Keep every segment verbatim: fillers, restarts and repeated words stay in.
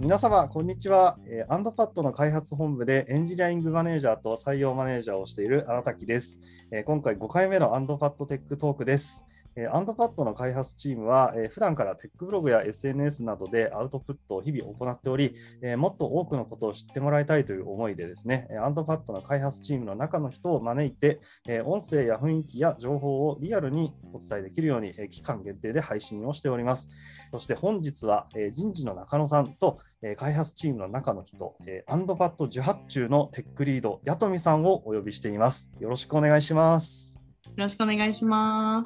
皆様、こんにちは。えーアンドパッドの開発本部でエンジニアリングマネージャーと採用マネージャーをしている荒滝です。えー今回ごかいめのアンドパッドテックトークです。えーアンドパッドの開発チームは、えー普段からテックブログや エスエヌエス などでアウトプットを日々行っており、えーもっと多くのことを知ってもらいたいという思いでですね、アンドパッドの開発チームの中の人を招いて、えー音声や雰囲気や情報をリアルにお伝えできるように、えー期間限定で配信をしております。そして本日は、えー人事の中野さんと、えー開発チームの中の人、えーアンドパッド受発注のテックリード、八富さんをお呼びしています。よろしくお願いします。 よろしくお願いします。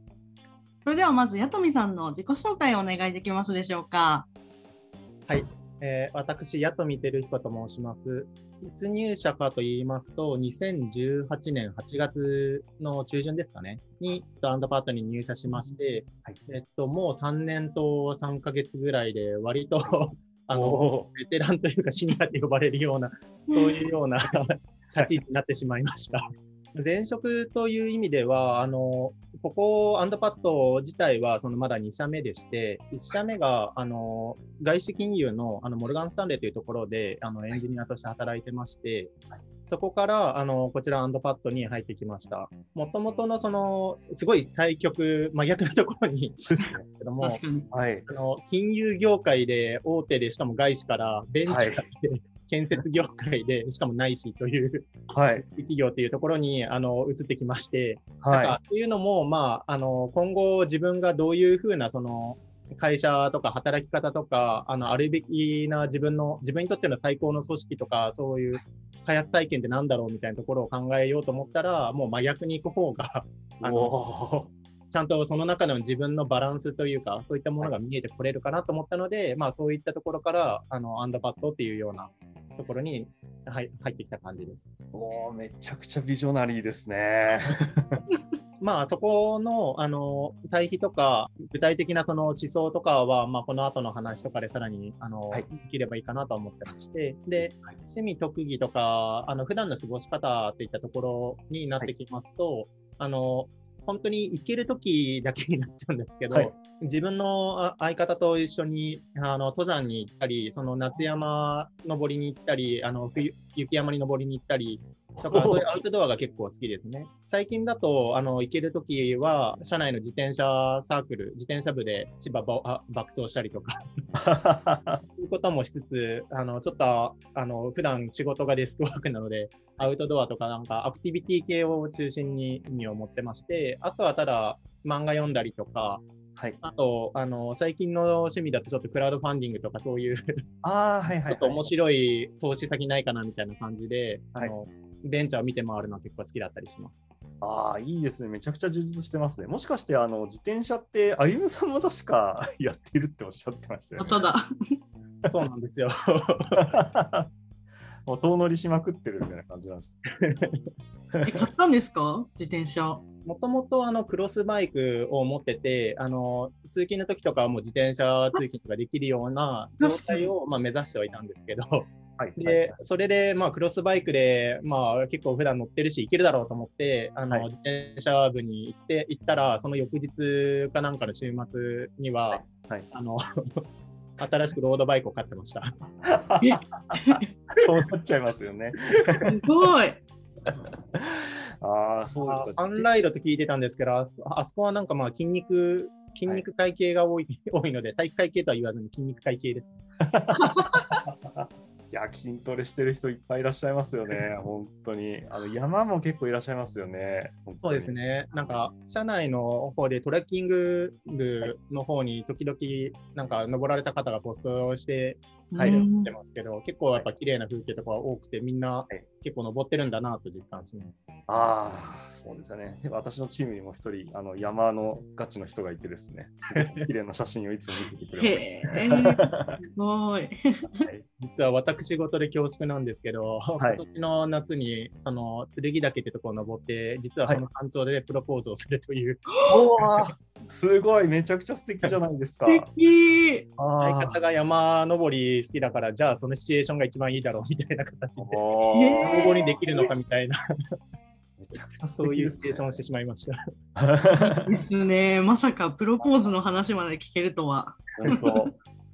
それではまず八富さんの自己紹介をお願いできますでしょうか。 はい、えー、私、八富照彦と申します。いつ入社かと言いますと、にせんじゅうはちねんはちがつの中旬ですかね、にアンドパッドに入社しまして、はい、えっと、もうさんねんとさんかげつぐらいで、割とあのベテランというかシニアって呼ばれるような、そういうような立ち位置になってしまいました。前職という意味では、あのここアンドパッド自体はそのまだに社目でして、いち社目があの外資金融 の, あのモルガン・スタンレーというところであのエンジニアとして働いてまして、はい、そこからあのこちらアンドパッドに入ってきました。もともとのそのすごい対極真逆なところにけども、はい、あの金融業界で大手でしかも外資からベンチャーで、はい建設業界でしかも内資という、はい、企業というところにあの移ってきまして、はい、なんかというのも、まあ、あの今後自分がどういうふうなその会社とか働き方とかあのあるべきな自分の自分にとっての最高の組織とかそういう開発体験ってなんだろうみたいなところを考えようと思ったらもう真逆に行く方があのちゃんとその中の自分のバランスというかそういったものが見えてこれるかなと思ったので、はい、まあそういったところからあのアンドパッドっていうようなところに入ってきた感じです。 おー、めちゃくちゃビジョナリーですね。 まあそこのあの対比とか具体的なその思想とかは、まあ、この後の話とかでさらにあの、はい、できればいいかなと思ってまして、で、はい、趣味特技とかあの普段の過ごし方といったところになってきますと、はい、あの本当に行けるときだけになっちゃうんですけど、はい、自分の相方と一緒にあの登山に行ったり、その夏山登りに行ったり、あの冬雪山に登りに行ったりとか、そういうアウトドアが結構好きですね。最近だとあの行けるときは、社内の自転車サークル、自転車部で千葉ば爆走したりとか、そういうこともしつつ、あのちょっとあの普段仕事がデスクワークなので、アウトドアとかなんかアクティビティ系を中心に意味を持ってまして、あとはただ漫画読んだりとか、はい、あとあの最近の趣味だとちょっとクラウドファンディングとかそういうあ、はいはいはい、ちょっと面白い投資先ないかなみたいな感じで、はい、あのベンチャーを見て回るのは結構好きだったりします。 ああ、いいですね。めちゃくちゃ充実してますね。もしかしてあの自転車ってあゆむさんも確かやっているっておっしゃってましたよね。 ただそうなんですよ。 もう遠乗りしまくってるみたいな感じなんです。 え、買ったんですか？自転車。 もともとあのクロスバイクを持ってて、あの通勤の時とかはもう自転車通勤とかできるような状態をまあ目指してはいたんですけど、はい、で、はい、それでまあクロスバイクでまあ結構普段乗ってるし行けるだろうと思ってあの、はい、自転車部に行って行ったらその翌日かなんかの週末には、はいはい、あの新しくロードバイクを買ってました。 そうなっちゃいますよね。 すごい。 ああ、そうですか。 アンライドと聞いてたんですけど、あそこ、あそこはなんかまあ筋肉、筋肉会系が多い、はい、多いので、体育会系とは言わずに筋肉会系です。 いや、筋トレしてる人いっぱいいらっしゃいますよね、本当に。あの山も結構いらっしゃいますよね。 そうですね。なんか、社内の方でトレッキング部の方に時々、なんか登られた方がポストして入ってますけど、結構やっぱ綺麗な風景とか多くて、みんな結構登ってるんだなと実感します。 ああ、そうですよね。私のチームにも一人、あの山のガチの人がいてですね、すごい綺麗な写真をいつも見せてくれます。 へー、すごい。はい、 実は私事で恐縮なんですけど、はい、今年の夏にその剣岳ってところを登って、実はこの山頂でプロポーズをするという。 はい、すごい、めちゃくちゃ素敵じゃないですか。 素敵。 相方が山登り好きだから、じゃあそのシチュエーションが一番いいだろうみたいな形で、応募にできるのかみたいな。 めちゃくちゃそういうシチュエーションをしてしまいました。 ですね。まさかプロポーズの話まで聞けるとは。 本当。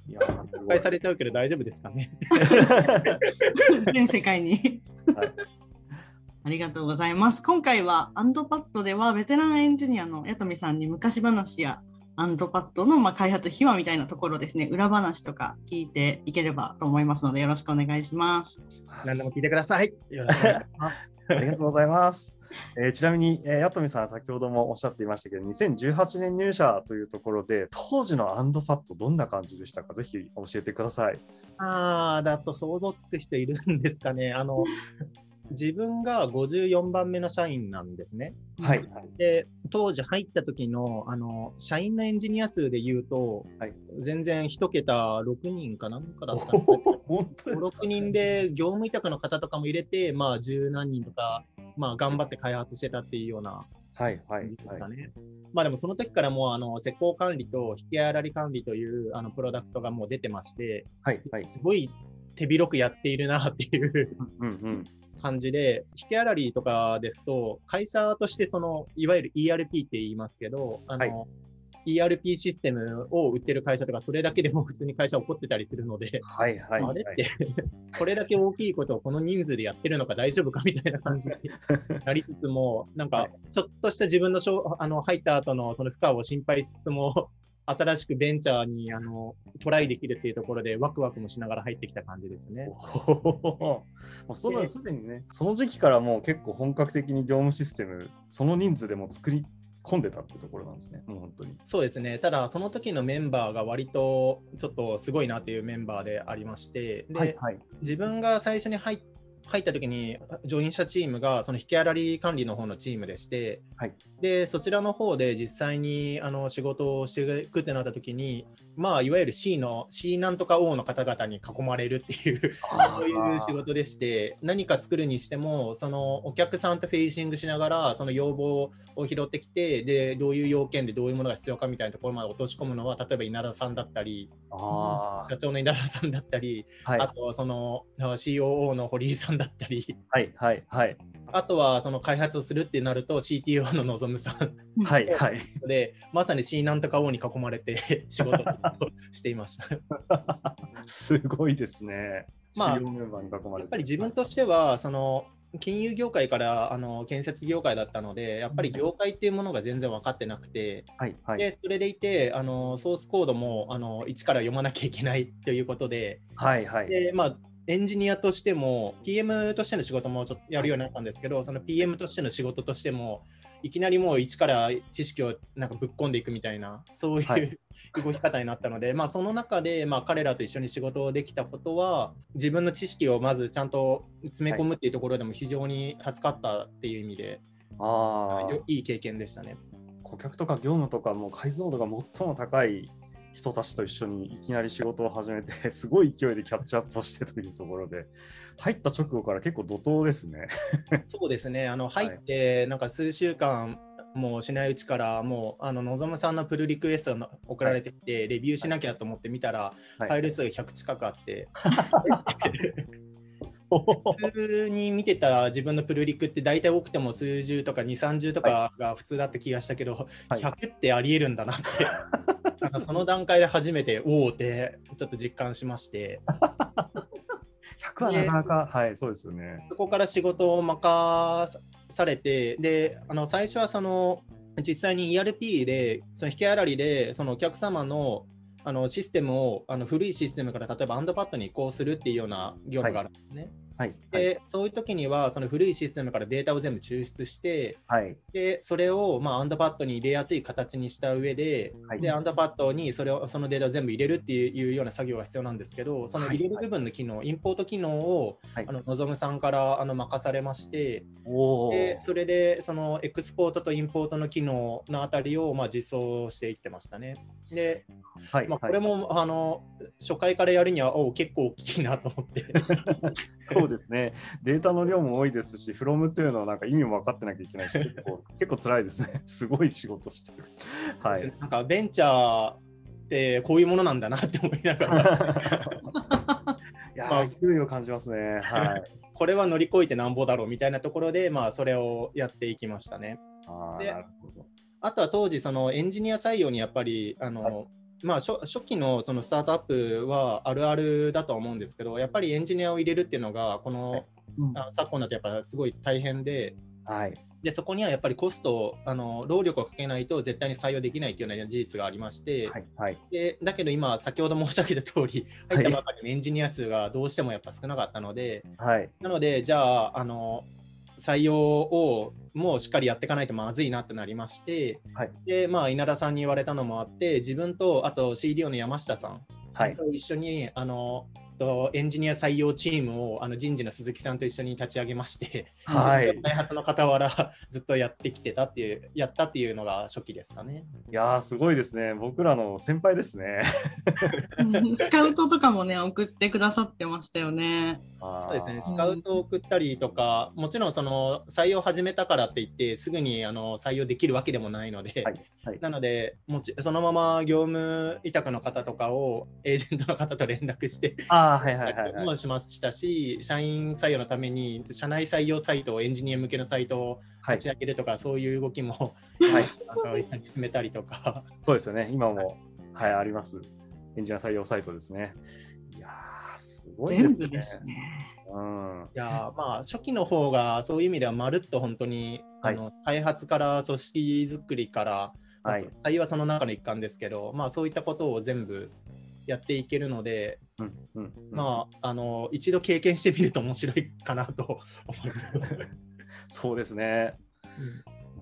いやー、 公開されちゃうけど大丈夫ですかね。 全世界に、 はい、 ありがとうございます。今回はアンドパッドではベテランエンジニアの八富さんに昔話やアンドパッドのまあ開発秘話みたいなところですね、裏話とか聞いていければと思いますのでよろしくお願いします。 何でも聞いてください。よろしくお願いします。 ありがとうございます。えー、ちなみに、えー、八富さん、先ほどもおっしゃっていましたけど、にせんじゅうはちねん入社というところで、当時のアンドファット、どんな感じでしたか？ぜひ教えてください。 ああ、だと想像つく人いるんですかね。あの自分がごじゅうよんばんめの社員なんですね。 はい。 で、当時入った時の、あの、社員のエンジニア数で言うと、はい、全然一桁ろくにんかなんかだったんですけど、ご、ろくにんで業務委託の方とかも入れて、まあ十何人とか、まあ頑張って開発してたっていうような感じですかね。はいはいはい、まあでもその時からもうあの施工管理と引き洗い管理というあのプロダクトがもう出てまして、はいはい、すごい手広くやっているなっていううん、うん感じで、引き洗いとかですと、会社としてそのいわゆる イーアールピー って言いますけど、あの、はい、イーアールピー システムを売ってる会社とか、それだけでも普通に会社起こってたりするので、はいはいはい、あれってこれだけ大きいことをこの人数でやってるのか大丈夫かみたいな感じになりつつも、なんかちょっとした自分のしょあの入った後のその負荷を心配しつつも、新しくベンチャーにあのトライできるっていうところでワクワクもしながら入ってきた感じですね。 もうそのすでにね、その時期からもう結構本格的に業務システム、その人数でも作り込んでたってところなんですね。もう本当に。 そうですね。ただその時のメンバーが割とちょっとすごいなっていうメンバーでありまして、で、はいはい、自分が最初に入って入った時にジョインしたチームがその引き洗い管理の方のチームでして、はい、でそちらの方で実際にあの仕事をしていくってなった時に、まあいわゆる C の C なんとか O の方々に囲まれるっていうそういう仕事でして、何か作るにしてもそのお客さんとフェイシングしながらその要望を拾ってきて、でどういう要件でどういうものが必要かみたいなところまで落とし込むのは、例えば稲田さんだったり、あ社長の稲田さんだったり、はい、あとその シーオーオー の堀井さんだったり、 はいはいはい、 あとはその開発をするってなると シーティーオー の望さんはいはいで、まさに C なんとか O に囲まれて仕事をしていましたすごいですね。 まあ、やっぱり自分としてはその金融業界からあの建設業界だったので、やっぱり業界っていうものが全然分かってなくて、はいはい、でそれでいてあのソースコードもあの一から読まなきゃいけないということで、はいはい、でまあエンジニアとしても ピーエム としての仕事もちょっとやるようになったんですけど、その ピーエム としての仕事としてもいきなりもう一から知識をなんかぶっ込んでいくみたいな、そういう、はい、動き方になったので、まあ、その中でまあ彼らと一緒に仕事をできたことは、自分の知識をまずちゃんと詰め込むっていうところでも非常に助かったっていう意味で、はい、いい経験でしたね。 顧客とか業務とかも解像度が最も高い人たちと一緒にいきなり仕事を始めて、すごい勢いでキャッチアップをしてというところで、入った直後から結構怒涛ですね。 そうですね、あの入ってなんか数週間もしないうちから、もうあの望さんのプルリクエストが送られてきて、はい、レビューしなきゃと思って見たら、はい、ファイル数がひゃく近くあって。普通に見てた自分のプルリクって大体多くても数十とかに、さんじゅうとかが普通だった気がしたけど、はい、ひゃくってありえるんだなってなんかその段階で初めておおってちょっと実感しましてひゃくはなかなか、はい、そうですよね。 そこから仕事を任されて、であの最初はその実際に イーアールピー でその引き洗いでそのお客様のあのシステムをあの古いシステムから例えばアンドパッドに移行するっていうような業務があるんですね。はいはい、でそういう時にはその古いシステムからデータを全部抽出して、はい、でそれをまあアンドパッドに入れやすい形にした上で、はい、でアンドパッドにそれをそのデータを全部入れるっていうような作業が必要なんですけど、その入れる部分の機能、はい、インポート機能を、はい、あの望さんからあの任されまして、でそれでそのエクスポートとインポートの機能のあたりをまあ実装していってましたね。ではいまあ、これも、はい、あの初回からやるにはお結構大きいなと思ってそうですね、データの量も多いですし、フロムっていうのはなんか意味も分かってなきゃいけないし、結構結構辛いですね。すごい仕事してる。はい、 なんかベンチャーってこういうものなんだなって思いながらいや、まあ、勢いを感じますね。はい、 これは乗り越えてなんぼだろうみたいなところで、まあ、それをやっていきましたね。 あ、でなるほど。 あとは当時そのエンジニア採用にやっぱりあの、はい、 まあ、初, 初期のそのスタートアップはあるあるだと思うんですけど、やっぱりエンジニアを入れるっていうのがこの、はい、あ昨今だとやっぱすごい大変で、 はい、 でそこにはやっぱりコスト、あの労力をかけないと絶対に採用できないというような事実がありまして、 はいはい、 でだけど今先ほど申し上げた通り入ったばかりのエンジニア数がどうしてもやっぱ少なかったので、 はい、 なのでじゃあ、あの採用をもうしっかりやっていかないとまずいなってなりまして、はい、でまあ、稲田さんに言われたのもあって自分とあと シーディーオー の山下さんと一緒に、はい、あのエンジニア採用チームをあの人事の鈴木さんと一緒に立ち上げまして、はい、開発の傍らずっとやってきてたっていうやったっていうのが初期ですかね。 いやーすごいですね。僕らの先輩ですね。 スカウトとかもね送ってくださってましたよね。 そうですね、スカウトを送ったりとか、もちろんその採用始めたからって言ってすぐにあの採用できるわけでもないので、はいはい、なのでもちそのまま業務委託の方とかをエージェントの方と連絡してもしましたし、社員採用のために社内採用サイトをエンジニア向けのサイトを立ち上げるとか、はい、そういう動きも、はい、進めたりとか。 そうですよね、今も、はい、ありますエンジニア採用サイトですね。いやーすごいですね。全部ですね。 うん、いやまあ初期の方がそういう意味ではまるっと本当に、はい、あの開発から組織作りから、はい、採用はその中の一環ですけど、まあ、そういったことを全部やっていけるので、うんうんうん、まああの一度経験してみると面白いかなと思いますそうですね、うん、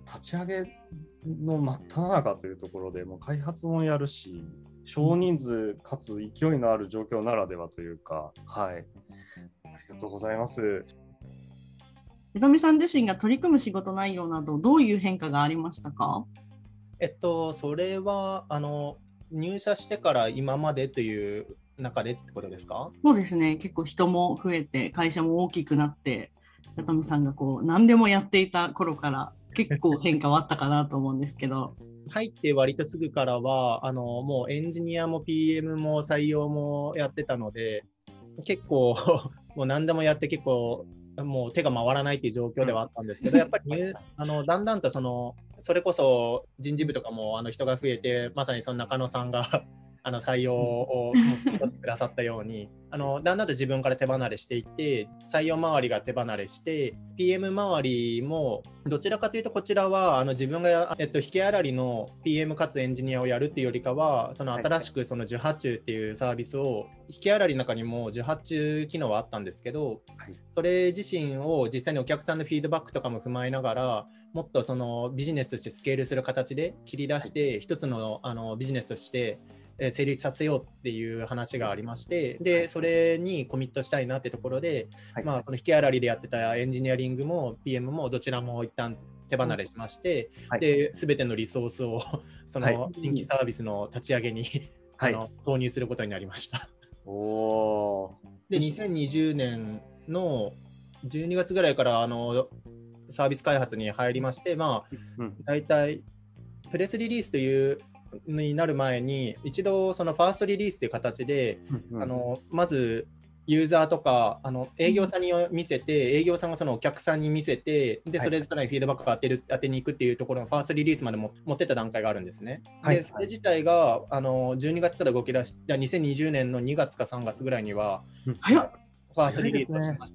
立ち上げの真っ只中というところでもう開発もやるし少人数かつ勢いのある状況ならではというか、はい、ありがとうございます。 江富さん自身が取り組む仕事内容などどういう変化がありましたか？ えっとそれはあの入社してから今までという中でってことですか？ そうですね、結構人も増えて会社も大きくなって八富さんがこう何でもやっていた頃から結構変化はあったかなと思うんですけど入って割とすぐからはあのもうエンジニアも ピーエム も採用もやってたので結構もう何でもやって結構もう手が回らないっていう状況ではあったんですけど、やっぱりあのだんだんとそのそれこそ人事部とかもあの人が増えてまさにその中野さんがあの採用を取ってくださったようにあのだんだんと自分から手離れしていって採用周りが手離れして ピーエム 周りもどちらかというとこちらはあの自分が、えっと、引き洗いの ピーエム かつエンジニアをやるっていうよりかはその新しくその受発注っていうサービスを引き洗いの中にも受発注機能はあったんですけど、はい、それ自身を実際にお客さんのフィードバックとかも踏まえながらもっとそのビジネスとしてスケールする形で切り出して一つの、あのビジネスとして成立させようっていう話がありまして、でそれにコミットしたいなってところで、はい、まあ、その引き洗いでやってたエンジニアリングも ピーエム もどちらも一旦手離れしまして、はい、で全てのリソースをその新規サービスの立ち上げに、はい、あの投入することになりましたおでにせんにじゅうねんのじゅうにがつぐらいからあのサービス開発に入りまして、まあうん、だいたいプレスリリースというになる前に一度そのファーストリリースという形で、うんうん、あのまずユーザーとかあの営業さんに見せて、うん、営業さんがそのお客さんに見せてでそれぞれフィードバックを当てる当てに行くっていうところのファーストリリースまでも持ってった段階があるんですね、はい、でそれ自体があのじゅうにがつから動き出してにせんにじゅうねんのにがつかさんがつぐらいには、うん、ファーストリリースをしまして、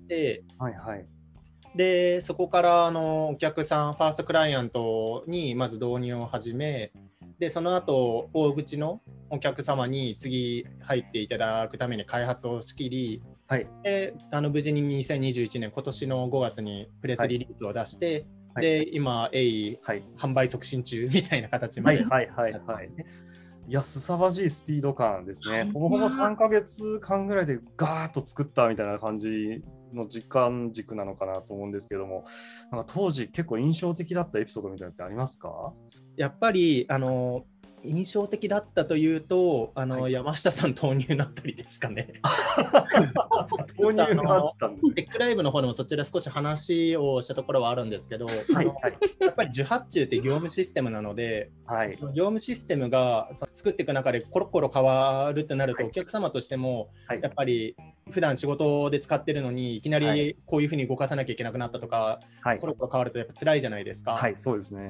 はいはい、でそこからあのお客さんファーストクライアントにまず導入を始めでその後大口のお客様に次入っていただくために開発を仕切り、はい、であの無事ににせんにじゅういちねん今年のごがつにプレスリリースを出して、はい、で今鋭意、はい、販売促進中みたいな形までやってますね。はいはいはいはい、 いや凄まじいスピード感ですね。ほぼほぼさんかげつかんぐらいでガーッと作ったみたいな感じの時間軸なのかなと思うんですけども、なんか当時結構印象的だったエピソードみたいなのってありますか？ やっぱりあの印象的だったというとあの、はい、山下さん投入だったりですかね。投入があったんですね。テックライブの方でもそちら少し話をしたところはあるんですけど、はいはい、やっぱり受発注って業務システムなので、はい、業務システムが作っていく中でコロコロ変わるとなると、はい、お客様としても、はい、やっぱり普段仕事で使ってるのにいきなりこういうふうに動かさなきゃいけなくなったとか、はい、コロコロ変わるとやっぱ辛いじゃないですか。 はい、そうですね。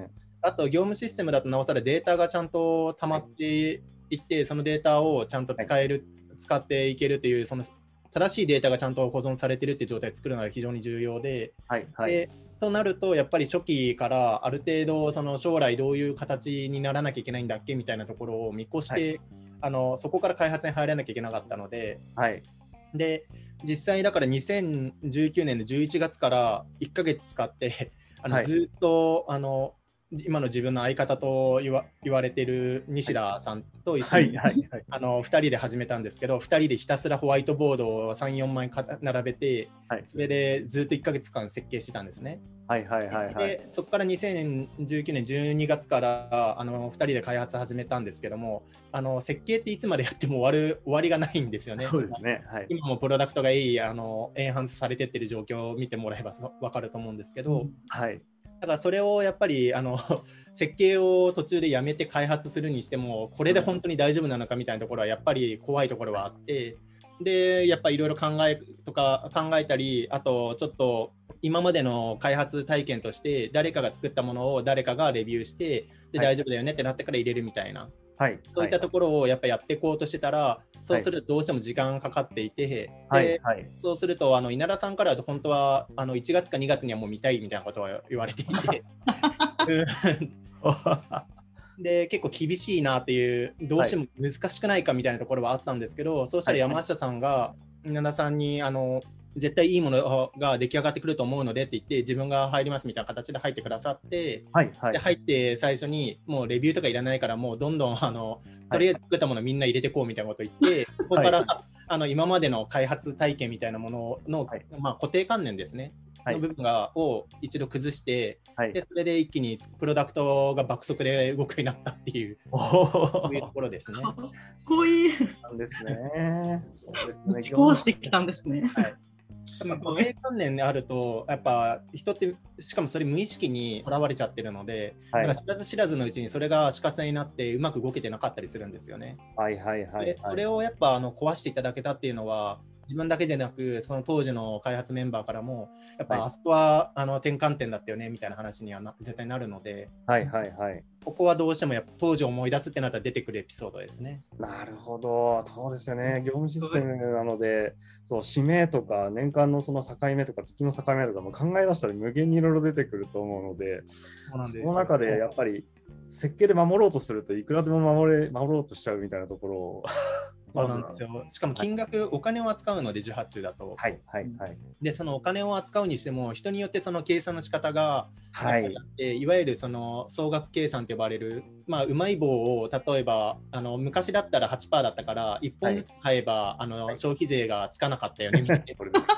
あと業務システムだとなおさらデータがちゃんと溜まっていって、はい、そのデータをちゃんと使える、はい、使っていけるという、その正しいデータがちゃんと保存されているっていう状態を作るのが非常に重要で、 はいはい、 でとなるとやっぱり初期からある程度その将来どういう形にならなきゃいけないんだっけみたいなところを見越して、はい、あのそこから開発に入らなきゃいけなかったので、 はい、 で実際だからにせんじゅうきゅうねんのじゅういちがつからいっかげつ使ってあの、はい、ずっとあの今の自分の相方と言わ、言われている西田さんと一緒に、はいはいはい、あのふたりで始めたんですけど、ふたりでひたすらホワイトボードをさん、よんまい並べて、はい、それでずっといっかげつかん設計してたんですね。 はいはいはいはい、 でそこからにせんじゅうきゅうねんじゅうにがつからあのふたりで開発始めたんですけども、あの設計っていつまでやっても終わる終わりがないんですよね。 そうですね、はい、 今もプロダクトがいいあのエンハンスされてってる状況を見てもらえば分かると思うんですけど、うん、 はいだからそれをやっぱりあの設計を途中でやめて開発するにしてもこれで本当に大丈夫なのかみたいなところはやっぱり怖いところはあって、でやっぱりいろいろ考えとか考えたり、あとちょっと今までの開発体験として誰かが作ったものを誰かがレビューしてで、はい、大丈夫だよねってなってから入れるみたいな、はい、そういったところをやっぱやっていこうとしてたら、はい、そうするとどうしても時間かかっていて、はいではい、そうするとあの稲田さんから本当はあのいちがつかにがつにはもう見たいみたいなことを言われていてで結構厳しいなっていうどうしても難しくないかみたいなところはあったんですけど、はい、そうしたら山下さんが稲田さんにあの絶対いいものが出来上がってくると思うのでって言って自分が入りますみたいな形で入ってくださって、はいはい、で入って最初にもうレビューとかいらないからもうどんどんあのとりあえず作ったものみんな入れてこうみたいなことを言って、ここから、はい、あの今までの開発体験みたいなものの、はいまあ、固定観念ですね、はい、の部分がを一度崩して、はい、でそれで一気にプロダクトが爆速で動くようになったっていうそういうところですね。 こういうなんですね。そうですね。 打ち壊してきたんですね。はい固定観念であるとやっぱ人ってしかもそれ無意識にとらわれちゃってるので、はい、だから知らず知らずのうちにそれが足かせになってうまく動けてなかったりするんですよね。 はいはいはい、はい、 でそれをやっぱあの壊していただけたっていうのは自分だけでなくその当時の開発メンバーからもやっぱあそこはあの転換点だったよねみたいな話にはな絶対なるので、 はいはいはい、 ここはどうしてもやっぱ当時を思い出すってなったら出てくるエピソードですね。 なるほど、そうですよね。業務システムなので、そう指名とか年間のその境目とか月の境目とかも考え出したら無限にいろいろ出てくると思うので、そうなんです。その中でやっぱり設計で守ろうとするといくらでも守れ守ろうとしちゃうみたいなところをまずしかも金額、はい、お金を扱うので受発注だと、 はいはいはい、 でそのお金を扱うにしても人によってその計算の仕方が、はい、いわゆるその総額計算と呼ばれる、まあ、うまい棒を例えばあの昔だったら はちパーセント だったからいっぽんずつ買えば、はい、あの消費税がつかなかったよねみたいな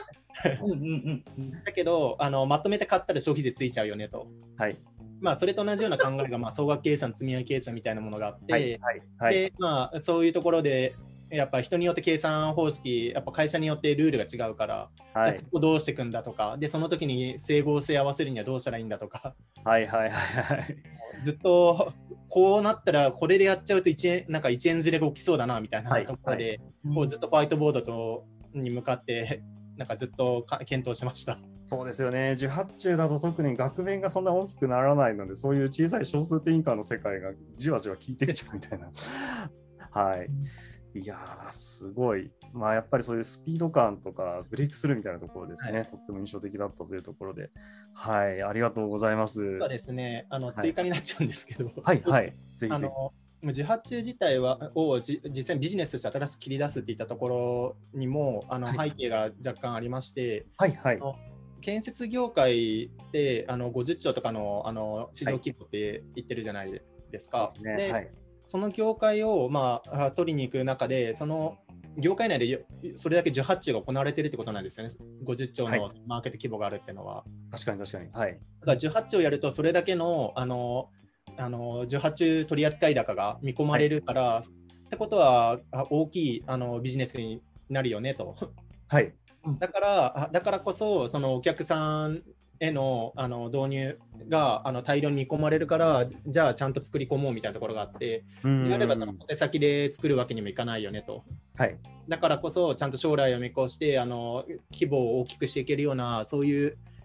だけどあのまとめて買ったら消費税ついちゃうよねと、はいまあ、それと同じような考えが、まあ、総額計算積み上げ計算みたいなものがあって、はいはいはい、でまあ、そういうところでやっぱ人によって計算方式やっぱ会社によってルールが違うから、はい、じゃあそこどうしていくんだとかでその時に整合性合わせるにはどうしたらいいんだとか、 はいはいはいはい、 ずっとこうなったらこれでやっちゃうといちえんなんかいちえんずれが起きそうだなみたいなところで、はいはい、こうずっとホワイトボードとに向かってなんかずっと検討しました。 そうですよね。受発注だと特に額面がそんな大きくならないので、そういう小さい小数点以下の世界がじわじわ効いてきちゃうみたいな。はい。いやー、すごい。まあ、やっぱりそういうスピード感とかブレイクスルーみたいなところですね、はい、とっても印象的だったというところで、はい、ありがとうございます。 そうですね、あの追加になっちゃうんですけど、 はい、はい、ぜひぜひ。 あの受発注自体はをじ実際にビジネスとして新しく切り出すっていったところにもあの背景が若干ありまして、はいはい、建設業界ってあのごじゅっちょうとか の, あの市場規模って言ってるじゃないですか。はい、で、はい、その業界を、まあ、取りに行く中でその業界内でそれだけ受発注が行われているってことなんですよね。ごじゅっちょうのマーケット規模があるっていうのは、はい、 確かに確かに、はい、だから受発注をやるとそれだけのあのあの受発注取扱高が見込まれるから、はい、ってことは大きいあのビジネスになるよねと、はい、だからだからこそそのお客さんへ の, あの導入があの大量に見込まれるからじゃあちゃんと作り込もうみたいなところがあって、であればその小手先で作るわけにもいかないよねと、はい、だからこそちゃんと将来を見越してあの規模を大きくしていけるようなそういう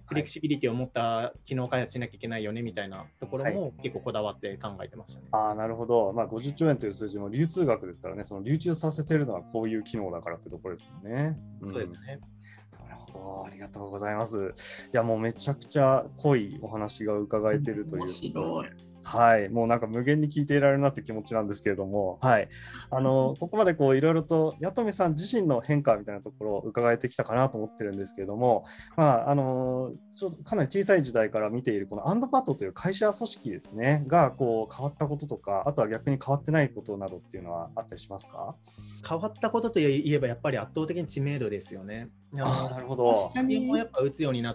フレキシビリティを持った機能開発しなきゃいけないよねみたいなところも結構こだわって考えてましたね。 ああ、なるほど。まあ、ごじゅっちょうえんという数字も流通額ですからね、その流通させてるのはこういう機能だからってところですよね。 うん、そうですね。 なるほど、ありがとうございます。いや、もうめちゃくちゃ濃いお話が伺えてるということで、はい、もうなんか無限に聞いていられるなって気持ちなんですけれども、はい、あのここまでこういろいろと弥富さん自身の変化みたいなところを伺えてきたかなと思ってるんですけれども、まあ、あのちょっとかなり小さい時代から見ているこのアンドパッドという会社組織ですねがこう変わったこととか、あとは逆に変わってないことなどっていうのはあったりしますか？ 変わったことといえばやっぱり圧倒的に知名度ですよね。 ああ、なるほど。 確かにもやっぱ打つようになって、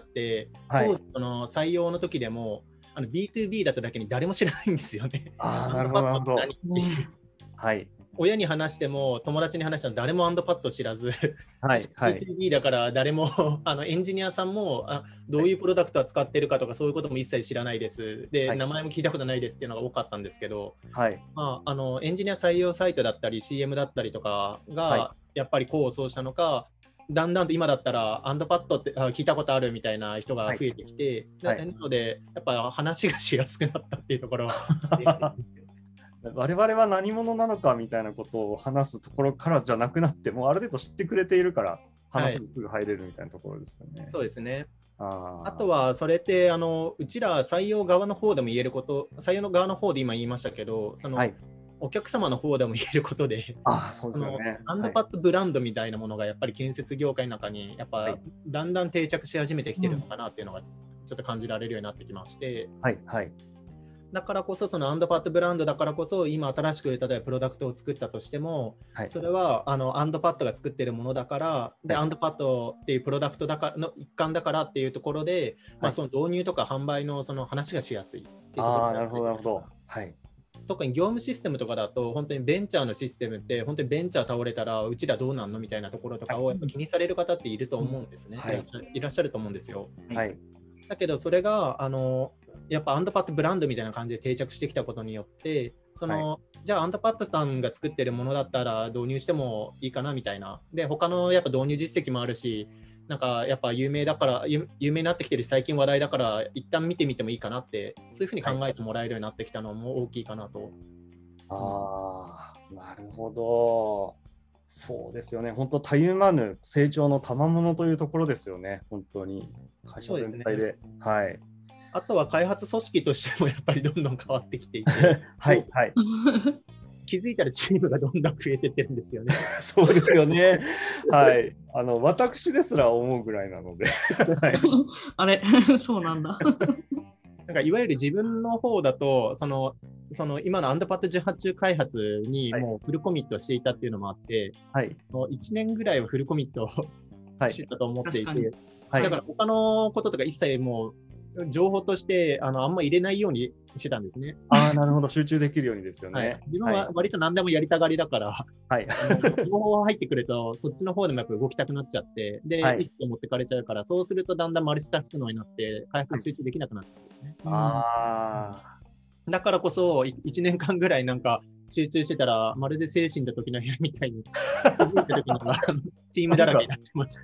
はい、その採用の時でもあの ビーツービー だっただけに誰も知らないんですよね。 ああ、なるほど、なるほど。はい。 親に話しても友達に話しても誰もアンドパッド知らず、 はいはい、 ビーツービー だから誰もあのエンジニアさんもあどういうプロダクトは使ってるかとかそういうことも一切知らないですで、はい、名前も聞いたことないですっていうのが多かったんですけど、はいまあ、あのエンジニア採用サイトだったり シーエム だったりとかがやっぱり功を奏したのか、だんだんと今だったらアンドパッドって聞いたことあるみたいな人が増えてきて、はいはい、なのでやっぱ話がしやすくなったっていうところは我々は何者なのかみたいなことを話すところからじゃなくなって、もうある程度知ってくれているから話にすぐ入れるみたいなところですよね。はい、 そうですね。あ, あとはそれってあのうちら採用側の方でも言えること、採用の側の方で今言いましたけど、その、はい、お客様の方でも言えることで、 あそうですよね、 アンドパッドブランドみたいなものがやっぱり建設業界の中にやっぱだんだん定着し始めてきてるのかなっていうのがちょっと感じられるようになってきまして、 はいはい、 だからこそそのアンドパッドブランドだからこそ今新しく例えばプロダクトを作ったとしても、はい、それはあのアンドパッドが作っているものだからで、はい、アンドパッドっていうプロダクトだからの一環だからっていうところで、はいまあ、その導入とか販売のその話がしやすいっていうところ。 あー、なるほどなるほど、はい、 特に業務システムとかだと本当にベンチャーのシステムって本当にベンチャー倒れたらうちらどうなんのみたいなところとかをやっぱ気にされる方っていると思うんですね、はい、いらっしゃると思うんですよ、はい、だけどそれがあのやっぱアンドパッドブランドみたいな感じで定着してきたことによってその、はい、じゃあアンドパッドさんが作ってるものだったら導入してもいいかなみたいなで他のやっぱ導入実績もあるしなんかやっぱ有名だから有名になってきてる最近話題だから一旦見てみてもいいかなってそういうふうに考えてもらえるようになってきたのも大きいかなと、はい、 ああなるほどそうですよね本当たゆまぬ成長の賜物というところですよね本当に会社全体 で, で、ね、はいあとは開発組織としてもやっぱりどんどん変わってきていてはい、はい、 気づいたらチームがどんどん増えてってるんですよね。 そうですよね。はい。あの私ですら思うぐらいなので。はい、 あれそうなんだ。 なんかいわゆる自分の方だとそのその今のアンドパッドじゅうはち中開発にもうフルコミットしていたっていうのもあって、はい、もういちねんぐらいはフルコミットしてたと思っていて、はい、だから他のこととか一切もう情報としてあのあんま入れないようにしてたんですね。 ああ、なるほど、集中できるようにですよね。はい、 自分は割と何でもやりたがりだから、はい、情報が入ってくると、そっちの方でもやっぱ動きたくなっちゃって、で、はい、一気持ってかれちゃうから、そうするとだんだんマルチタスクのになって、開発に集中できなくなっちゃうんですね。はい、ああ。だからこそ、いちねんかんぐらいなんか集中してたら、まるで精神の時の部屋みたいに、チームだらけになってました。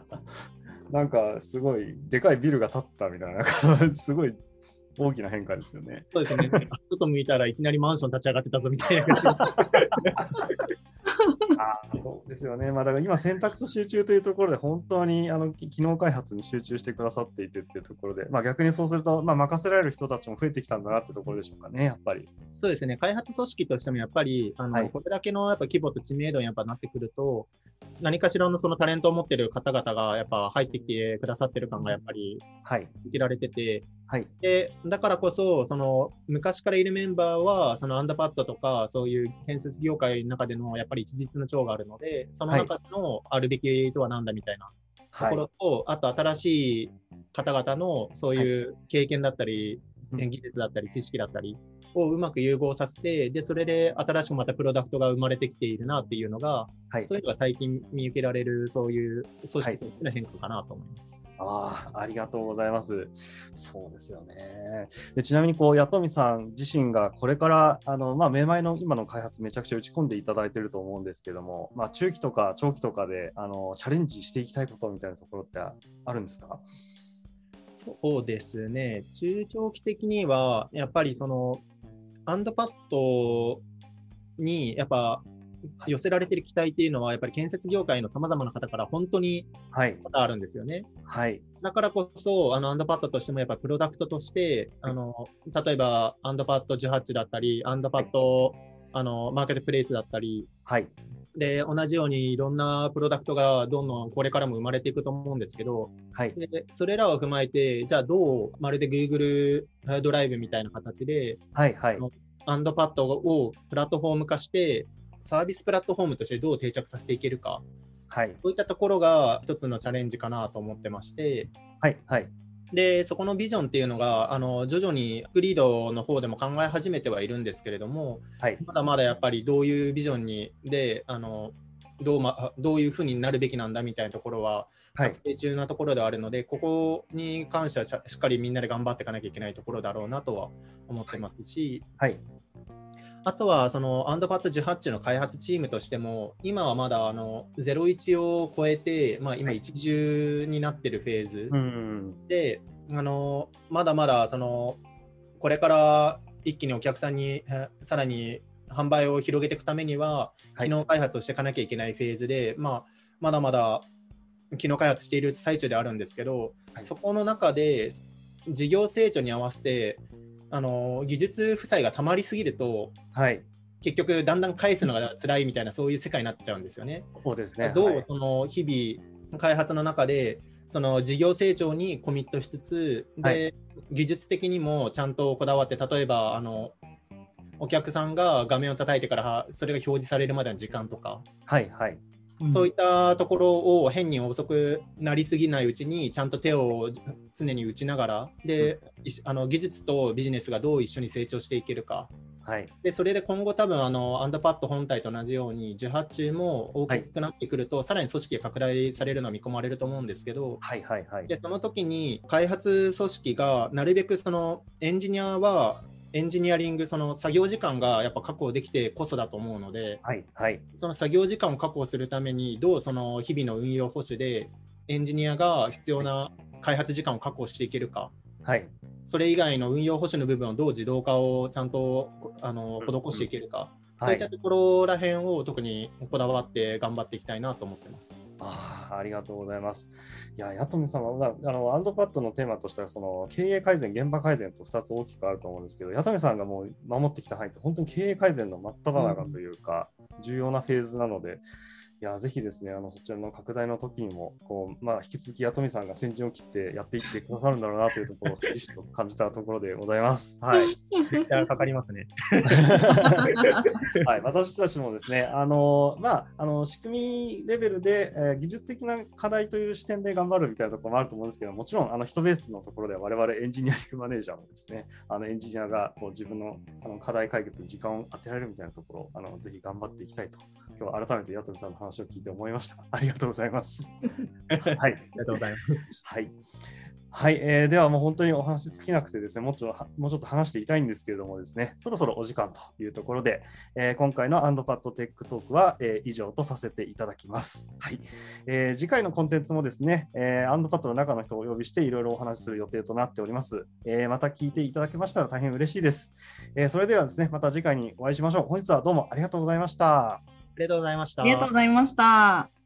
なんかすごいでかいビルが建ったみたいな、すごい大きな変化ですよね。 そうですね。外向いたらいきなりマンション立ち上がってたぞみたいな。 あそうですよね。まあ、だから今選択と集中というところで本当にあの機能開発に集中してくださっていてっていうところで、まあ、逆にそうすると、まあ、任せられる人たちも増えてきたんだなっていうところでしょうかね、やっぱり。 そうですね。開発組織としてもやっぱりあの、はい、これだけのやっぱ規模と知名度にやっぱなってくると、何かしらのそのタレントを持っている方々がやっぱ入ってきてくださってる感がやっぱり受けられてて、はい、でだからこそその昔からいるメンバーはそのアンダーパッドとかそういう建設業界の中でのやっぱり一日の長があるので、その中のあるべきとは何だみたいなところと、はい、あと新しい方々のそういう経験だったり、はい、技術だったり知識だったりをうまく融合させて、でそれで新しくまたプロダクトが生まれてきているなっていうのが、はい、そういうのが最近見受けられるそういう組織としての変化かなと思います。 はい、ああ、ありがとうございます。そうですよね。でちなみにこう弥富さん自身がこれからあの、まあ、めまいの今の開発めちゃくちゃ打ち込んでいただいていると思うんですけども、まあ、中期とか長期とかであのチャレンジしていきたいことみたいなところってあるんですか？ そうですね、中長期的には、やっぱりその、アンドパッドにやっぱ寄せられている期待っていうのは、やっぱり建設業界のさまざまな方から本当にはい。 多々あるんですよね。 はい。 だからこそ、あのアンドパッドとしても、やっぱプロダクトとして、あの例えばアンドパッドじゅうはちだったり、アンドパッド、あのマーケットプレイスだったり、 はい。 で、同じようにいろんなプロダクトがどんどんこれからも生まれていくと思うんですけど、 はい。 でそれらを踏まえて、じゃあどう、まるで Google ドライブみたいな形で、 はい。はい。 アンドパッドをプラットフォーム化して、サービスプラットフォームとしてどう定着させていけるか、 はい。 そういったところが一つのチャレンジかなと思ってまして、 はい。はい。 で、そこのビジョンっていうのが、あの徐々にフリードの方でも考え始めてはいるんですけれども、 はい。 まだまだやっぱりどういうビジョンにで、あのどうま、どういうふうになるべきなんだみたいなところは、 はい策定中なところではあるので、ここに関してはしっかりみんなで頑張っていかなきゃいけないところだろうなとは思ってますし、 はい。 あとはそのアンドパッドじゅうはちの開発チームとしても、今はまだあのゼロイチを超えて、まあ、今一重になってるフェーズうん。 で、あのまだまだそのこれから一気にお客さんにえさらに販売を広げていくためには、 はい機能開発をしていかなきゃいけないフェーズで、まあ、まだまだ機能開発している最中であるんですけど、 はい、 そこの中で事業成長に合わせてあの技術負債がたまりすぎると、 はい。 結局だんだん返すのが辛いみたいな、そういう世界になっちゃうんですよね。 そうですね。 どはい、 うその日々開発の中でその事業成長にコミットしつつで、 はい、 技術的にもちゃんとこだわって、例えばあのお客さんが画面を叩いてからそれが表示されるまでの時間とか、 はい。はい。 そういったところを変に遅くなりすぎないうちにちゃんと手を常に打ちながらで、あの技術とビジネスがどう一緒に成長していけるか、 はい、 でそれで今後多分あのアンドパッド本体と同じようにじゅうはちも大きくなってくると、はい、さらに組織が拡大されるのは見込まれると思うんですけど、 はい。はい。はい。 でその時に開発組織がなるべくそのエンジニアはエンジニアリング、その作業時間がやっぱ確保できてこそだと思うので、 はい。はい。 その作業時間を確保するためにどうその日々の運用保守でエンジニアが必要な開発時間を確保していけるか、 はい。 それ以外の運用保守の部分をどう自動化をちゃんとあの施していけるか、うん、そういったところら辺を特にこだわって頑張っていきたいなと思ってます。 あ, ありがとうございます。いや、八富さんはあのアンドパッドのテーマとしてはその経営改善、現場改善とふたつ大きくあると思うんですけど、八富さんがもう守ってきた範囲って本当に経営改善の真っ只中というか、うん、重要なフェーズなので、いやぜひですね、あのそちらの拡大の時にもこう、まあ、引き続き八富さんが先陣を切ってやっていってくださるんだろうなというところをひしひしと感じたところでございます。はい。 めっちゃかかりますね。 はい、私たちもですね、あのまあ、あの仕組みレベルで、えー、技術的な課題という視点で頑張るみたいなところもあると思うんですけど、もちろんあの人ベースのところでは我々エンジニアリングマネージャーもですね、あのエンジニアがこう自分の、あの課題解決に時間を当てられるみたいなところをあのぜひ頑張っていきたいと、今日は改めて八富さんの話を聞いて思いました。ありがとうございます。はい、 ありがとうございます。 はいはい、えー、ではもう本当にお話尽きなくてですね、もうちょっと、もうちょっと話していたいんですけれどもですね、そろそろお時間というところで、えー、今回のアンドパッドテックトークは、えー、以上とさせていただきます。はい、えー、次回のコンテンツもですね、えー、アンドパッドの中の人をお呼びしていろいろお話しする予定となっております。えー、また聞いていただけましたら大変嬉しいです。えー、それではですね、また次回にお会いしましょう。本日はどうもありがとうございました。 ありがとうございました。 ありがとうございました。